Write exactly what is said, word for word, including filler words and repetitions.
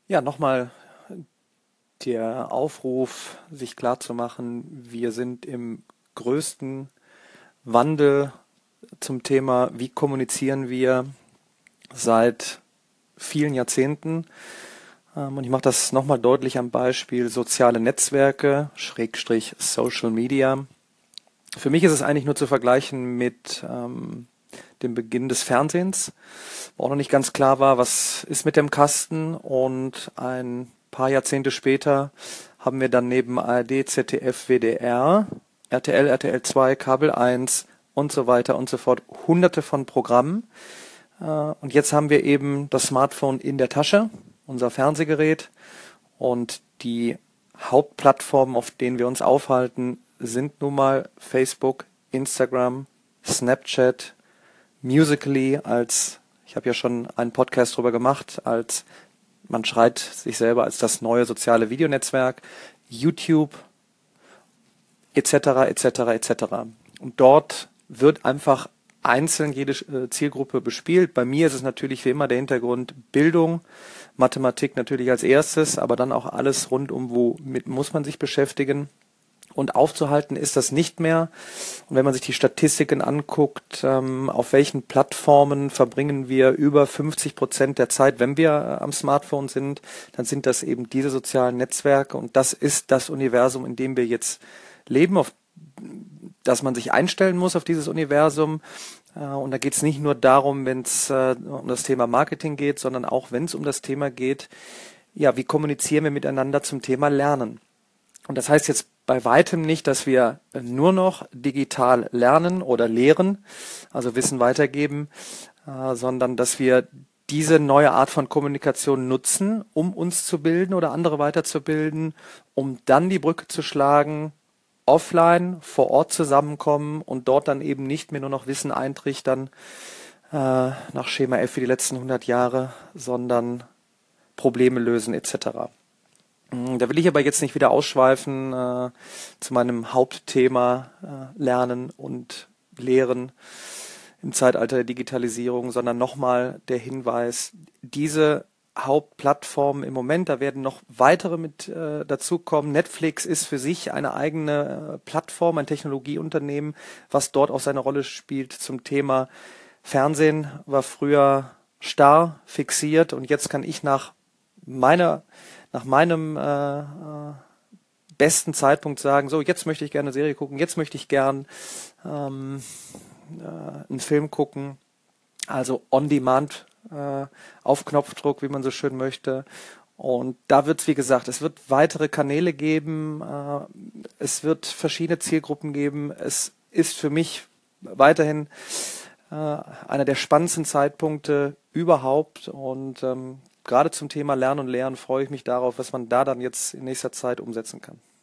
Ja, nochmal der Aufruf, sich klarzumachen, wir sind im größten Wandel zum Thema, wie kommunizieren wir seit vielen Jahrzehnten. Ähm, Und ich mache das nochmal deutlich am Beispiel soziale Netzwerke, Schrägstrich Social Media. Für mich ist es eigentlich nur zu vergleichen mit ähm, dem Beginn des Fernsehens, wo auch noch nicht ganz klar war, was ist mit dem Kasten. Und ein paar Jahrzehnte später haben wir dann neben A R D, Z D F, W D R, R T L, R T L zwei, Kabel eins und so weiter und so fort hunderte von Programmen. Äh, Und jetzt haben wir eben das Smartphone in der Tasche, unser Fernsehgerät, und die Hauptplattformen, auf denen wir uns aufhalten, sind nun mal Facebook, Instagram, Snapchat, Musical.ly als, ich habe ja schon einen Podcast drüber gemacht, als man schreit sich selber als das neue soziale Videonetzwerk, YouTube et cetera et cetera et cetera. Und dort wird einfach einzeln jede äh, Zielgruppe bespielt. Bei mir ist es natürlich wie immer der Hintergrund Bildung, Mathematik natürlich als erstes, aber dann auch alles rundum, womit muss man sich beschäftigen. Und aufzuhalten ist das nicht mehr. Und wenn man sich die Statistiken anguckt, ähm, auf welchen Plattformen verbringen wir über fünfzig Prozent der Zeit, wenn wir äh, am Smartphone sind, dann sind das eben diese sozialen Netzwerke. Und das ist das Universum, in dem wir jetzt leben, auf das man sich einstellen muss auf dieses Universum. Äh, Und da geht es nicht nur darum, wenn es äh, um das Thema Marketing geht, sondern auch wenn es um das Thema geht, ja, wie kommunizieren wir miteinander zum Thema Lernen. Und das heißt jetzt bei weitem nicht, dass wir nur noch digital lernen oder lehren, also Wissen weitergeben, äh, sondern dass wir diese neue Art von Kommunikation nutzen, um uns zu bilden oder andere weiterzubilden, um dann die Brücke zu schlagen, offline, vor Ort zusammenkommen und dort dann eben nicht mehr nur noch Wissen eintrichtern, äh, nach Schema F wie die letzten hundert Jahre, sondern Probleme lösen et cetera. Da will ich aber jetzt nicht wieder ausschweifen äh, zu meinem Hauptthema äh, Lernen und Lehren im Zeitalter der Digitalisierung, sondern nochmal der Hinweis, diese Hauptplattformen im Moment, da werden noch weitere mit äh, dazukommen. Netflix ist für sich eine eigene äh, Plattform, ein Technologieunternehmen, was dort auch seine Rolle spielt zum Thema Fernsehen, war früher starr fixiert und jetzt kann ich nach meiner nach meinem äh, äh, besten Zeitpunkt sagen, so, jetzt möchte ich gerne eine Serie gucken, jetzt möchte ich gern ähm, äh, einen Film gucken, also on demand, äh, auf Knopfdruck, wie man so schön möchte. Und da wird es, wie gesagt, es wird weitere Kanäle geben, äh, es wird verschiedene Zielgruppen geben. Es ist für mich weiterhin äh, einer der spannendsten Zeitpunkte überhaupt. Und ähm, gerade zum Thema Lernen und Lehren freue ich mich darauf, was man da dann jetzt in nächster Zeit umsetzen kann.